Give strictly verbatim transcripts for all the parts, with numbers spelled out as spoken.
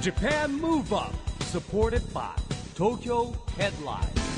Japan Move Up supported by Tokyo Headline。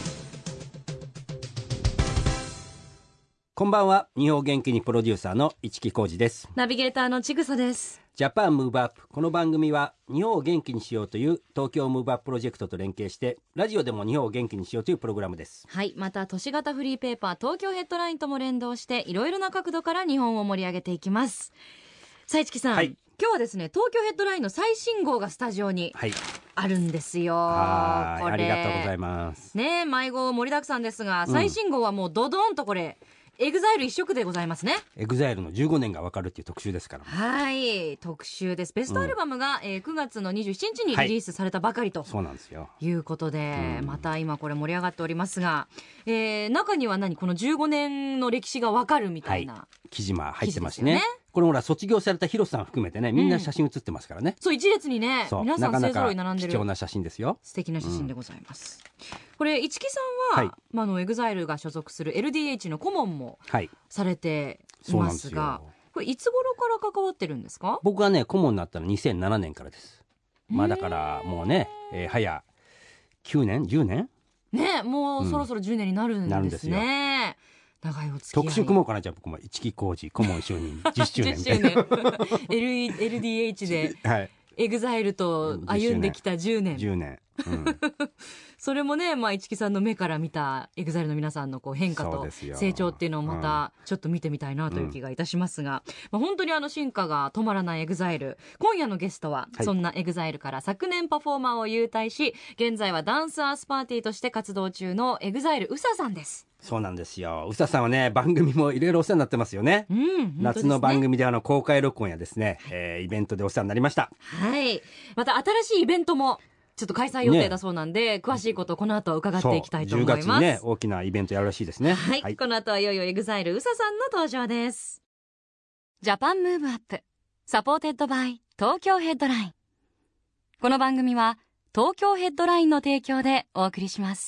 こんばんは。日本元気にプロデューサーの市木浩司です。 ナビゲーターのちぐさです。 ジャパンムーブアップ。この番組は日本を元気にしようという東京ムーブアッププロジェクトと連携してラジオでも日本を元気にしようというプログラムです。 はい、また都市型フリーペーパー東京ヘッドラインとも連動していろいろな角度から日本を盛り上げていきます。さあ市木さん、はい、今日はですね東京ヘッドラインの最新号がスタジオにあるんですよ。 はい、 これありがとうございますね。毎号盛りだくさんですが、最新号はもうドドンとこれ、うんエグザイル一色でございますね。 エグザイルのじゅうごねんがわかるっていう特集ですから。 はい特集です。ベストアルバムが、うんえー、くがつのにじゅうしちにちにリリースされたばかりと、はい、 そうなんですよいうことで、 うん、 また今これ盛り上がっておりますが、えー、中には何このじゅうごねんの歴史がわかるみたいな、 はい、記事も入ってますね。これほら卒業されたヒロさん含めてねみんな写真写ってますからね、うん、 そう一列にね皆さん勢ぞろい並んでる貴重な写真ですよ。 素敵な写真でございます、うん、これ市木さんは、はいまあ、のエグザイルが所属する エルディーエイチ の顧問もされていますが、はい、これいつ頃から関わってるんですか？ 僕はね顧問になったのにせんななねんからです。まあだからもうね、えー、早きゅうねんじゅうねんねもうそろそろじゅうねんになるんですね、うん、なるんですよ。長いお付き合い。 特集組もうかな。じゃあ僕も市木浩司顧問就任じゅっしゅうねんでじゅっしゅうねんエルディーエイチ でエグザイルと歩んできたじゅうねんじゅうねん、うん、 それもね、まあ、市木さんの目から見たエグザイルの皆さんのこう変化と成長っていうのをまたちょっと見てみたいなという気がいたしますが、うんまあ、本当にあの進化が止まらないエグザイル。今夜のゲストはそんなエグザイルから昨年パフォーマーを勇退し現在はダンスアースパーティーとして活動中のエグザイル宇佐さんです。 そうなんですよ。宇佐さんはね番組もいろいろお世話になってますよね、うんね、夏の番組であの公開録音やですね、えー、イベントでお世話になりました。 はいまた新しいイベントもちょっと開催予定だそうなんで、ね、詳しいことをこの後伺っていきたいと思います。じゅうがつにね大きなイベントやるらしいですね。 はい、はい、この後はいよいよエグザイル宇佐さんの登場です。ジャパンムーブアップサポーテッドバイ東京ヘッドライン。この番組は東京ヘッドラインの提供でお送りします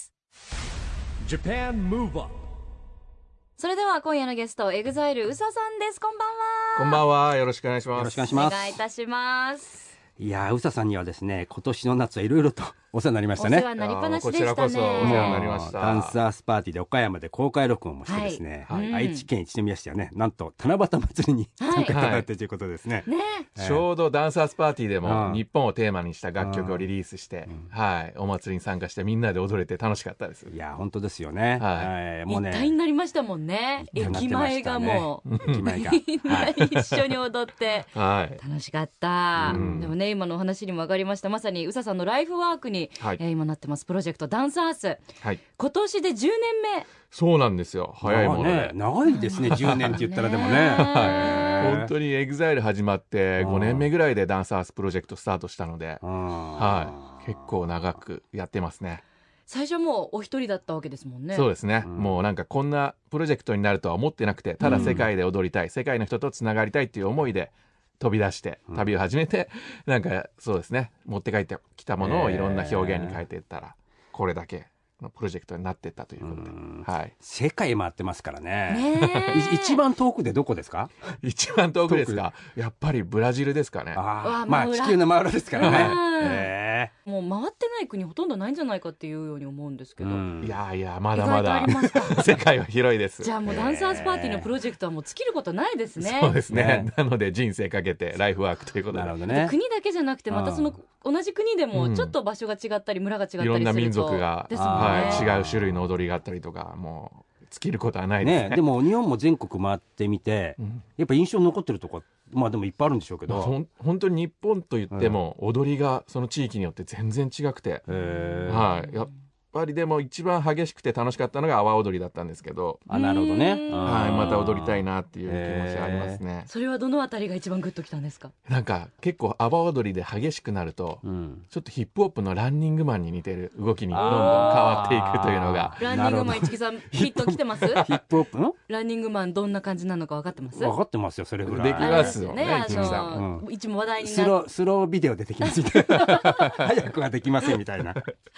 。Japan Move Up。 それでは今夜のゲストエグザイル宇佐さんです。こんばんは。 こんばんは。よろしくお願いします。 よろしくお願いします。 お願いいたします。 いや宇佐さんにはですね今年の夏はいろいろとお世話になりましたね。 お世話になりっぱなしでしたね。 こちらこそお世話になりました。 ダンサースパーティーで岡山で公開録音もしてですね、はいはい、愛知県一宮市ではねなんと七夕祭りに参加いただいてということですね、はいねえー、ちょうどダンサースパーティーでも日本をテーマにした楽曲をリリースして、はい、お祭りに参加してみんなで踊れて楽しかったです。 いや本当ですよね、 はいはい、もうね一体になりましたもんね。駅前がもう、ね、 駅前がみんな一緒に踊って楽しかった、はい、でもね今のお話にも上がりましたまさに宇佐さんのライフワークに、はいえー、今なってますプロジェクトダンスアース、はい、今年でじゅうねんめ。 そうなんですよ。早いもので、ね、 長いですねじゅうねんって言ったらでもね、 はい、本当にエグザイル始まってごねんめぐらいでダンスアースプロジェクトスタートしたので、はい、結構長くやってますね。 最初もうお一人だったわけですもんね。 そうですね、うん、もうなんかこんなプロジェクトになるとは思ってなくてただ世界で踊りたい、うん、世界の人とつながりたいっていう思いで飛び出して旅を始めて、うん、なんかそうですね持って帰ってきたものをいろんな表現に変えていったら、えー、これだけのプロジェクトになっていったということで、はい、 世界回ってますからね。ね一番遠くでどこですか？ 一番遠くですか？やっぱりブラジルですかね。 あまあ地球の真裏ですからね、えー、もう回ってない国ほとんどないんじゃないかっていうように思うんですけど、うん、 いやいやまだまだ世界は広いです。 じゃあもうダンサーズパーティーのプロジェクトはもう尽きることないですね。 そうですね、ねなので人生かけてライフワークということで。 なるほど、ね、 国だけじゃなくてまたその同じ国でもちょっと場所が違ったり村が違ったりすると、いろんな民族がですもんね、 はい、違う種類の踊りがあったりとかもう尽きることはないです ね, ねでも日本も全国回ってみて、うん、やっぱ印象に残ってるとこまあでもいっぱいあるんでしょうけど、まあ、ほん本当に日本といっても踊りがその地域によって全然違くて、はい、やっぱりでも一番激しくて楽しかったのが阿波踊りだったんですけど、 あなるほどね、 はい、また踊りたいなっていう気持ちありますね。 それはどのあたりが一番グッときたんですか？ なんか結構阿波踊りで激しくなると、うん、ちょっとヒップホップのランニングマンに似てる動きにどんどん変わっていくというのが。 ランニングマン市木さんヒット来てます？ヒップホップのランニングマンどんな感じなのか分かってます？ 分かってますよそれぐらいできますよね。 あの、うん、いつも話題になるスロー、スロービデオ出てきますみたいな早くはできませんみたいな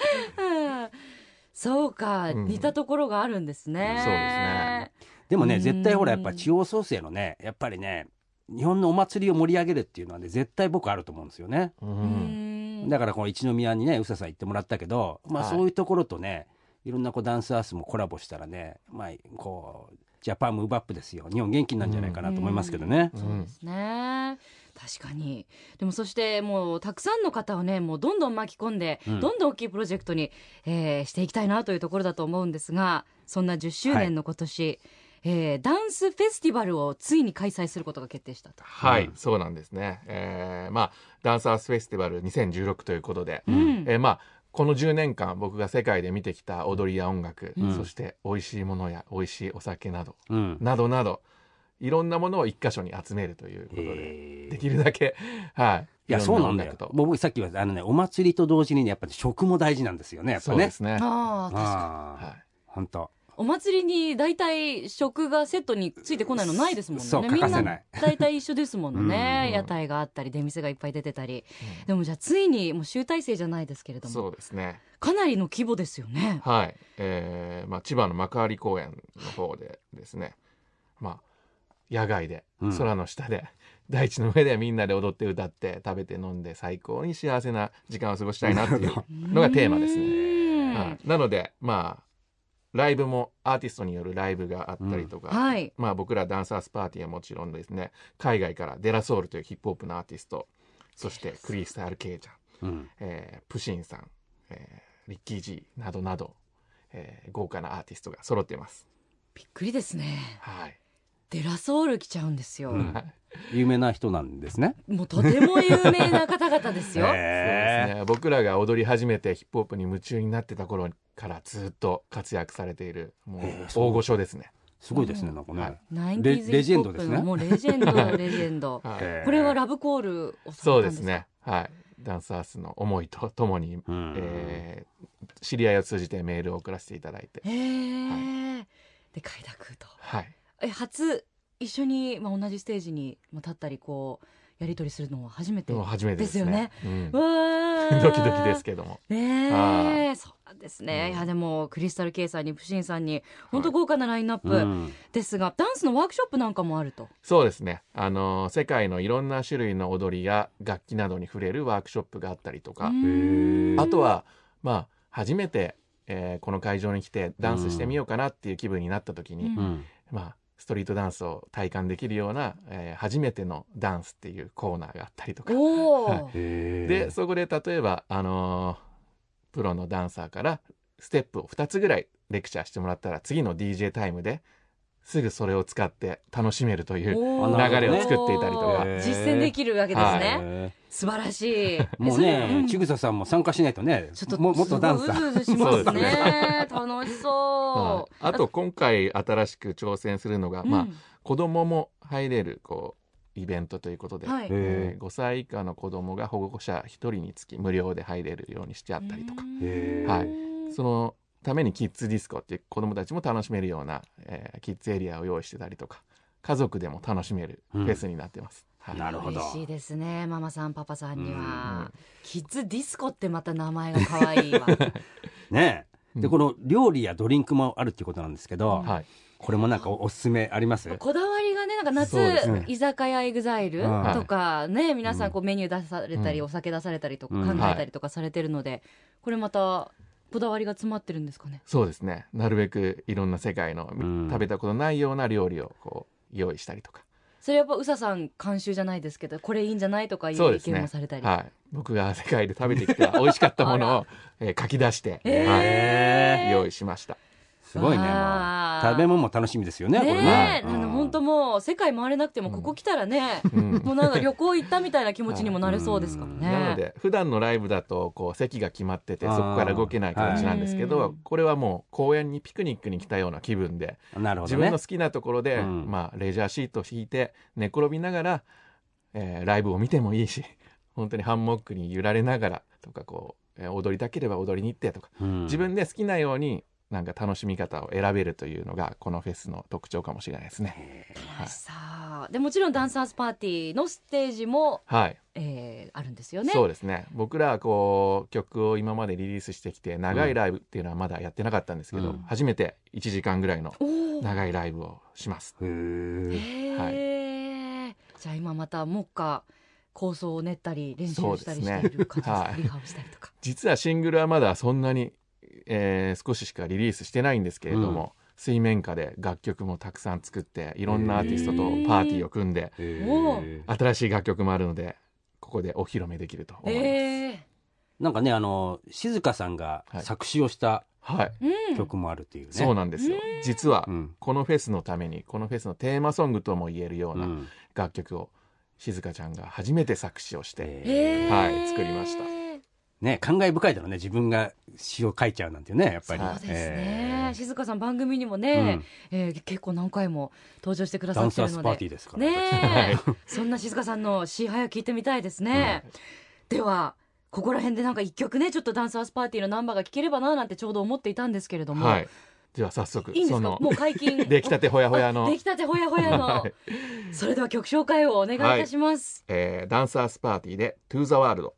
そうか、うん、似たところがあるんですね、 うん、そうですね。 でもね絶対ほらやっぱ地方創生のねやっぱりね日本のお祭りを盛り上げるっていうのはね絶対僕あると思うんですよね。うんだからこの一宮にね宇佐さん行ってもらったけど、まあ、そういうところとね、はい、いろんなこうダンスアースもコラボしたらね、まあ、こうジャパンムーブアップですよ。日本元気なんじゃないかなと思いますけどね、 うんうん、そうですね。確かに。でもそしてもうたくさんの方をねもうどんどん巻き込んで、うん、どんどん大きいプロジェクトに、えー、していきたいなというところだと思うんですが、そんなじゅっしゅうねんの今年、はい、えー、ダンスフェスティバルをついに開催することが決定したと。 はい、うん、そうなんですね、えーまあ、ダンサーズフェスティバルにせんじゅうろくということで、うん、えーまあ、このじゅうねんかん僕が世界で見てきた踊りや音楽、うん、そして美味しいものや美味しいお酒など、うん、などなどいろんなものを一箇所に集めるということで、できるだけ、はい、 いやそうなんだよ。僕さっきはあの、ね、お祭りと同時に、ね、やっぱり食も大事なんですよね。やっぱね。 そうですね。 ああ確かに、はい、 本当。 お祭りに大体食がセットについてこないのないですもんね。 そう、欠かせない。 みんな大体一緒ですもんね。屋台があったり出店がいっぱい出てたり、うん、でもじゃあついにもう集大成じゃないですけれども、 そうですね、 かなりの規模ですよね。 はい、えーまあ、千葉の幕張公園の方でですね、まあ、野外で空の下で、うん、大地の上でみんなで踊って歌って食べて飲んで最高に幸せな時間を過ごしたいなっていうのがテーマですね。はい、なのでまあライブもアーティストによるライブがあったりとか、うんはい、まあ、僕らダンサーズパーティーはもちろんですね、海外からデラソウルというヒップホップのアーティスト、そしてクリスタル・ケイちゃん、うん、えー、プシンさん、えー、リッキー・ジーなどなど、えー、豪華なアーティストが揃っています。 びっくりですね。 はい、 デラソウル来ちゃうんですよ、うん、 有名な人なんですね。 もうとても有名な方々ですよ。そうですね、僕らが踊り始めてヒップホップに夢中になってた頃からずっと活躍されているもう大御所ですね。 すごいですね、なんかね、 はい、 レ, レジェンドですね。 もうレジェンドレジェンド、はい、これはラブコールをされたんですか？ そうですね、はい、ダンサーズの思いとともに、えー、知り合いを通じてメールを送らせていただいて、 へー、はい、で快諾と、はい、え初一緒に、まあ、同じステージに立ったりこうやり取りするのは初めてですよね。 うん、わドキドキですけどもね。そうなんですね、うん、いやでもクリスタル・ケイさんにプシンさんに本当豪華なラインナップですが、はい、ダンスのワークショップなんかもあると。 そうですね、あの世界のいろんな種類の踊りや楽器などに触れるワークショップがあったりとか、あとはまあ初めて、えー、この会場に来てダンスしてみようかなっていう気分になった時に、うん、まあストリートダンスを体感できるような、えー、初めてのダンスっていうコーナーがあったりとかでそこで例えば、あのー、プロのダンサーからステップをふたつぐらいレクチャーしてもらったら次の ディージェー タイムですぐそれを使って楽しめるという流れを作っていたりとか、 実践できるわけですね、はい、素晴らしい。 もうね、ちぐささんも参加しないとね、ちょっとももっとダンサーうずうずしますね。楽しそう、 はい、あと今回新しく挑戦するのが、うん、まあ、子供も入れるこうイベントということで、はい、えー、ごさい以下の子供が保護者ひとりにつき無料で入れるようにしてあったりとか、はい、そのためにキッズディスコっていう子どもたちも楽しめるような、えー、キッズエリアを用意してたりとか、家族でも楽しめるフェスになってます、 うん、はい、なるほど。 嬉しいですね、ママさんパパさんには、うん、キッズディスコってまた名前が可愛いわねえ、でこの料理やドリンクもあるっていうことなんですけど、うん、はい、これもなんかおすすめあります？ こだわりがね、なんか夏、ね、居酒屋エグザイルとかね、皆さんこうメニュー出されたり、うん、お酒出されたりとか考えたりとかされてるので、うん、はい、これまたこだわりが詰まってるんですかね？ そうですね、なるべくいろんな世界の、うん、食べたことないような料理をこう用意したりとか。 それやっぱ宇佐さん監修じゃないですけど、これいいんじゃないとかいう意見もされたり、 ね、はい、僕が世界で食べてきた美味しかったものを、えー、書き出して、えーはい、用意しました。 すごいね、もう食べ物も楽しみですよね、 ね、 これね。 あの本当もう世界回れなくてもここ来たらね、うん、もうなんか旅行行ったみたいな気持ちにもなれそうですからね、 うん、なので普段のライブだとこう席が決まっててそこから動けない形なんですけど、はい、これはもう公園にピクニックに来たような気分で、なるほどね、自分の好きなところで、うん、まあ、レジャーシートを敷いて寝転びながら、えー、ライブを見てもいいし、本当にハンモックに揺られながらとか、こう、えー、踊りたければ踊りに行ってとか、うん、自分で好きなようになんか楽しみ方を選べるというのがこのフェスの特徴かもしれないですね。 はい、さあでもちろんダンサーズパーティーのステージも、はい、えー、あるんですよね。 そうですね、僕らはこう曲を今までリリースしてきて長いライブっていうのはまだやってなかったんですけど、うん、初めていちじかんぐらいの長いライブをします。へー、 はい、じゃあ今また目下構想を練ったり練習したりしている感じですか、 はい、 リハをしたりとか。 実はシングルはまだそんなに、えー、少ししかリリースしてないんですけれども、うん、水面下で楽曲もたくさん作っていろんなアーティストとパーティーを組んで、新しい楽曲もあるのでここでお披露目できると思います。えー、 なんかね、あの静香さんが作詞をした曲もあるっていうね、 はい、そうなんですよ。実はこのフェスのために、このフェスのテーマソングとも言えるような楽曲を静香ちゃんが初めて作詞をして、えーはい、作りました。 ね、感慨深いだろうね、自分が詩を書いちゃうなんてね、やっぱり。 そうですね、えー、静香さん番組にもね、うん、えー、結構何回も登場してくださってるので、 ダンサースパーティーですからねそんな静香さんの詩早く聞いてみたいですね、うん、ではここら辺でなんか一曲ね、ちょっとダンサースパーティーのナンバーが聴ければななんてちょうど思っていたんですけれども、 はい、では早速いいんですか、 そのもう解禁出来たてほやほやの出来たてほやほやの、はい、それでは曲紹介をお願いいたします、 はい、えー、ダンサースパーティーで To the World。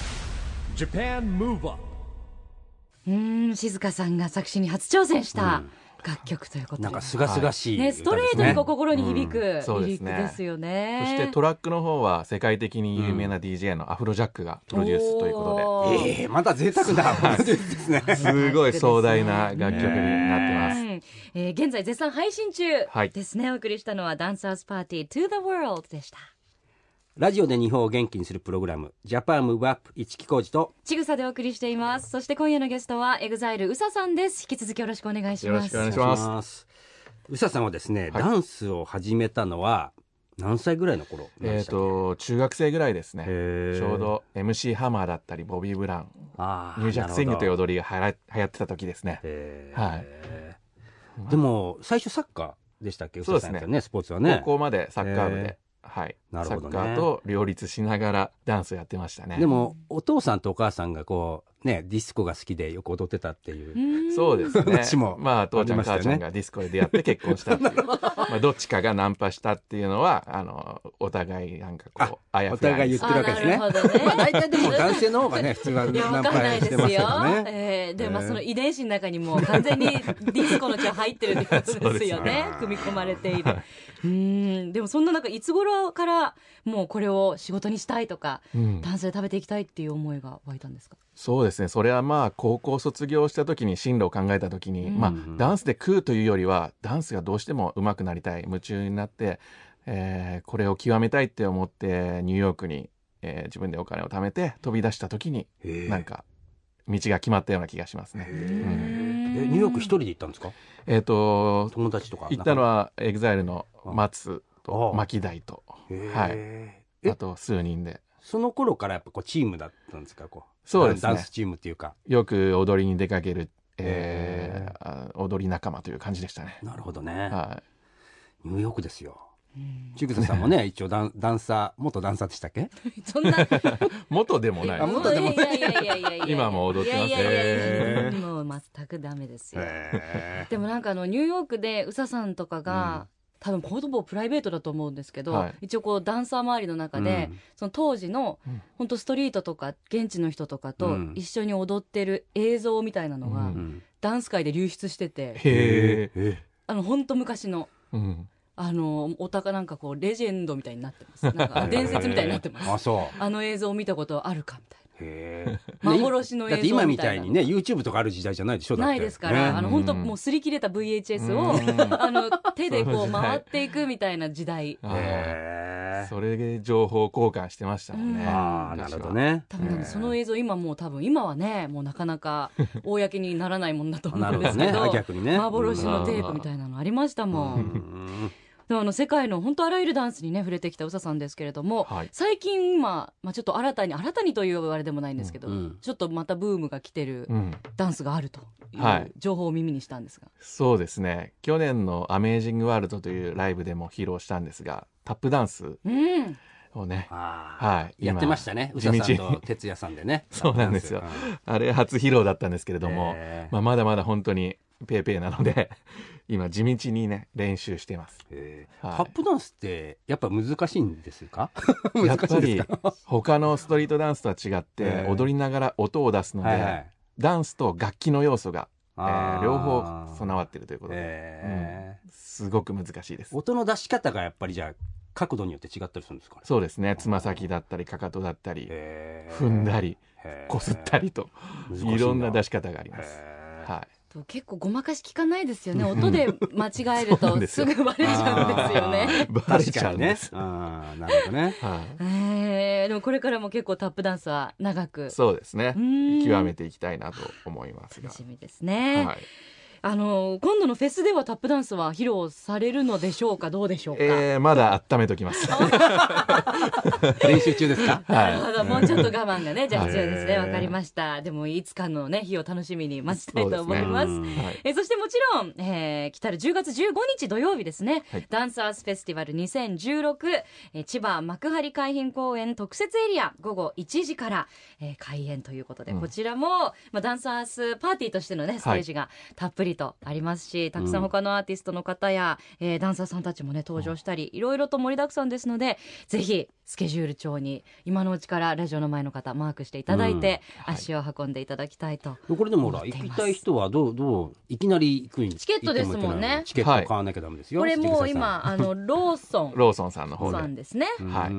Japan Move Up。 うーん、静香さんが作詞に初挑戦した楽曲ということで、 なんかすがすがしい、 ね、ストレートに心に響く、うん、リリックね、 ですよね。 そしてトラックの方は世界的に有名な ディージェー のアフロジャックがプロデュースということで、 えー、また贅沢なプロデュースですねすごい壮大な楽曲になってます、 ねえー、現在絶賛配信中ですね、はい、お送りしたのはダンサーズパーティー To the World でした。 ラジオで日本を元気にするプログラム、ジャパンムーブアップ、市木浩二とちぐさでお送りしています。そして今夜のゲストはエグザイル宇佐さんです。引き続きよろしくお願いします。 よろしくお願いします。 宇佐さんはですね、はい、ダンスを始めたのは何歳ぐらいの頃えーと中学生ぐらいですね。ちょうど エムシー ハマーだったりボビー・ブラウン、あニュージャックスイングという踊りがはや流行ってた時ですね。はい、 でも最初サッカーでしたっけ？ そうですね、 ね、スポーツはね、 高校までサッカー部で、はい、なるほどね、サッカーと両立しながらダンスをやってましたね。 でもお父さんとお母さんがこうね、ディスコが好きでよく踊ってたっていう。 そうですね。 私もまあ父ちゃん、ね、母ちゃんがディスコで出会って結婚したっていうまあどっちかがナンパしたっていうのはあのお互いなんかこうあやふやお互い言ってるわけですね。まあ大体でも男性の方がね普通はナンパしてますけどね。 えー、でもその遺伝子の中にも完全にディスコの血入ってるってことですよね。組み込まれている。うん、でもそんな中いつ頃からもうこれを仕事にしたいとか、うん、ダンスで食べていきたいっていう思いが湧いたんですか？ そうですね、それはまあ高校卒業した時に進路を考えた時に、うん、まあダンスで食うというよりはダンスがどうしても上手くなりたい、夢中になって、えー、これを極めたいって思ってニューヨークに、えー、自分でお金を貯めて飛び出した時になんか道が決まったような気がしますね。うん、 えニューヨーク一人で行ったんですか？ えーと友達とか行ったのはエグザイルの松と牧大と、はい、あと数人で。 その頃からやっぱこうチームだったんですか？こうそうですね、 ダンスチームっていうかよく踊りに出かける、えー、踊り仲間という感じでしたね。 なるほどね、 はい、 ニューヨークですよ。ちぐささんもね一応ダン、ダンサー元ダンサーでしたっけ？ そんな元でもない。 元でもない。 今も踊ってます。 いやいやいやもう全くダメですよ。でもなんかあのニューヨークで宇佐さんとかが、うん多分ほぼプライベートだと思うんですけど、はい、一応こうダンサー周りの中で、うん、その当時の、うん、本当ストリートとか現地の人とかと一緒に踊ってる映像みたいなのが、うん、ダンス界で流出してて、 へーあの本当昔の、うん、あのお高なんかこうレジェンドみたいになってます。なんか伝説みたいになってます。 あ、そう。 あの映像を見たことあるかみたいな。 へ幻の映像みたいな。 だって今みたいにね YouTube とかある時代じゃないでしょ。だってないですから、ね、あの本当もう擦り切れた ブイエイチエス をあの手でこう回っていくみたいな時代。 へそれで情報交換してましたもんね。 うん、ああなるほどね。 多分その映像今もう多分今はねもうなかなか公にならないもんだと思うんですけど、 ね、逆にね幻のテープみたいなのありましたもん。うんでもあの世界の本当あらゆるダンスにね触れてきた宇佐さんですけれども、はい、最近今、まあ、ちょっと新たに新たにというあれでもないんですけど、うん、ちょっとまたブームが来てるダンスがあるという情報を耳にしたんですが、 はい、そうですね、去年のアメージングワールドというライブでも披露したんですがタップダンスをね、うんはい、やってましたね、宇佐さんと哲也さんでねそうなんですよ、うん、あれ初披露だったんですけれども、まあ、まだまだ本当にペーペーなので今地道にね練習してます、 えーはい、タップダンスってやっぱ難しいんですか？ やっぱり他のストリートダンスとは違って、えー、踊りながら音を出すので、はいはい、ダンスと楽器の要素が、えー、両方備わっているということで、えーうん、すごく難しいです。 音の出し方がやっぱりじゃあ角度によって違ったりするんですかね。 そうですね、つま先だったりかかとだったり踏んだりこすったりといろんな出し方があります。はい、 結構ごまかし効かないですよね。音で間違えるとすぐバレちゃうんですよね。 バレちゃうんです。 あ、なるほどね。 はい、えー、でもこれからも結構タップダンスは長く、 そうですね、極めていきたいなと思いますが、 楽しみですね。 はい、 あの今度のフェスではタップダンスは披露されるのでしょうか、どうでしょうか。 えー、まだ温めときます練習中ですか。 なるほど、もうちょっと我慢がね、じゃあ必要ですね。わかりました。でもいつかのね日を楽しみに待ちたいと思います。そ、ね、はい、えそしてもちろん、えー、来たるじゅうがつじゅうごにち土曜日ですね、はい、ダンサーズフェスティバルにせんじゅうろく、えー、千葉幕張海浜公園特設エリアごごいちじから、えー、開演ということで、うん、こちらも、まあ、ダンサーズパーティーとしてのねステージがたっぷりとありますし、たくさん他のアーティストの方や、うん、えー、ダンサーさんたちもね登場したり、いろいろと盛りだくさんですので、ぜひスケジュール帳に今のうちからラジオの前の方マークしていただいて、うん、足を運んでいただきたいと、はい、 これでもほら行きたい人はどうどういきなり行くんチケットですもんね。 チケット買わなきゃダメですよ、 はい、これもう今あのローソンローソンさんの方でさんですね、 はい、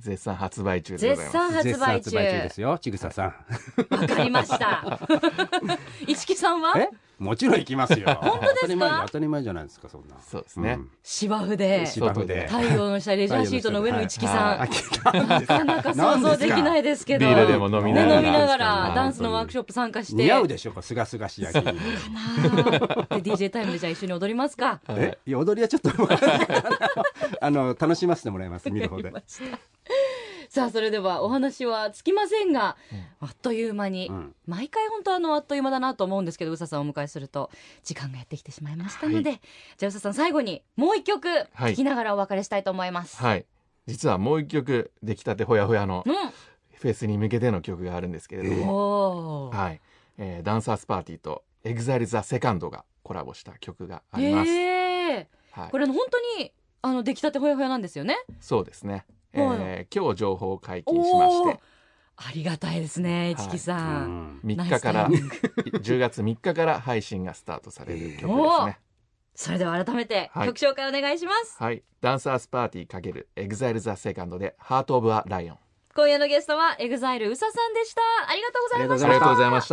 絶賛発売中でございます。 絶賛発売中絶賛発売中ですよ、ちぐささん。 わかりました市木さんはえもちろん行きますよ。 本当ですか。 当たり前、当たり前じゃないですか、そんな。 そうですね、うん、 芝生で芝生で太陽の下レジャーシートの上の市木さん、 はいなかなか想像できないですけど、 ビールでも飲みながら、 飲みながらダンスのワークショップ参加して、 似合うでしょう、すがすがしい焼き。 で ディージェー タイムでじゃあ一緒に踊りますか。 えいや踊りはちょっとあの楽しませてもらいます、見る方で。 さあそれではお話はつきませんが、うん、あっという間に、うん、毎回本当あのあっという間だなと思うんですけど、うささんをお迎えすると時間がやってきてしまいましたので、はい、じゃあうささん最後にもう一曲聴きながらお別れしたいと思います。 はい、はい、実はもう一曲出来たてほやほやのフェスに向けての曲があるんですけれども、うん、はい、えー、ダンサーズパーティーとエグザイルザセカンドがコラボした曲があります。 えーはい、これの本当にあの出来たてほやほやなんですよね。 そうですね、えー、今日情報解禁しまして、 ありがたいですね、市木さん、はい、うん、 みっかからじゅうがつみっかから配信がスタートされる曲ですね。 それでは改めて曲紹介お願いします。 はい、はい、ダンサーズパーティー×エグザイルザセカンドでハートオブアライオン。 今夜のゲストはエグザイルうささんでした。ありがとうございました。 ありがとうございました。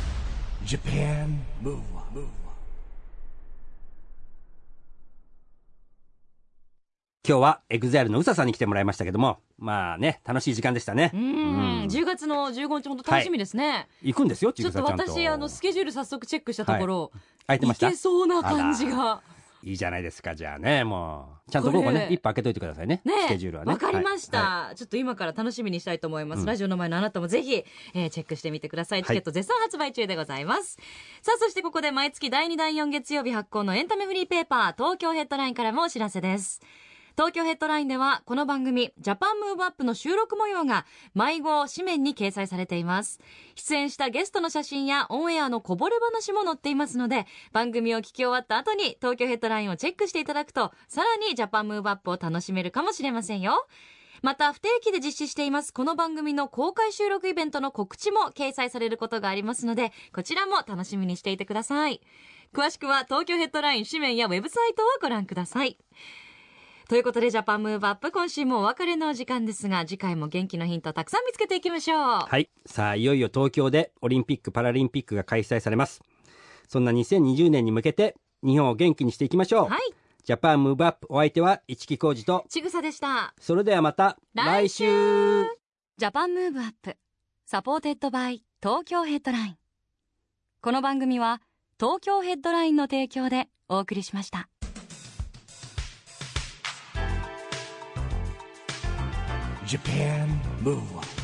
Japan Move Up。 今日はエグザイルのうささんに来てもらいましたけども、まあね楽しい時間でしたね。 うん、うん、じゅうがつのじゅうごにち本当楽しみですね、はい、 行くんですよ。ちょっと私あのスケジュール早速チェックしたところ、はい、 空いてました。 行けそうな感じがいいじゃないですか。じゃあね、もうちゃんと午後ね一歩開けといてください ね, ねスケジュールはね。 わかりました、はい、ちょっと今から楽しみにしたいと思います、うん、ラジオの前のあなたもぜひ、えー、チェックしてみてください。チケット絶賛発売中でございます、はい、さあそしてここで毎月だいにだいよん月曜日発行のエンタメフリーペーパー東京ヘッドラインからもお知らせです。東京ヘッドラインではこの番組ジャパンムーブアップの収録模様が毎号紙面に掲載されています。出演したゲストの写真やオンエアのこぼれ話も載っていますので、番組を聞き終わった後に東京ヘッドラインをチェックしていただくと、さらにジャパンムーブアップを楽しめるかもしれませんよ。また不定期で実施していますこの番組の公開収録イベントの告知も掲載されることがありますので、こちらも楽しみにしていてください。詳しくは東京ヘッドライン紙面やウェブサイトをご覧ください。ということでジャパンムーブアップ今週もお別れの時間ですが、次回も元気のヒントたくさん見つけていきましょう。 はい、さあいよいよ東京でオリンピックパラリンピックが開催されます。そんなにせんにじゅうねんに向けて日本を元気にしていきましょう。 はい、 ジャパンムーブアップ、お相手は市木浩二とちぐさでした。 それではまた来週。 ジャパンムーブアップサポーテッドバイ東京ヘッドライン。この番組は東京ヘッドラインの提供でお送りしました。 Japan Move Up。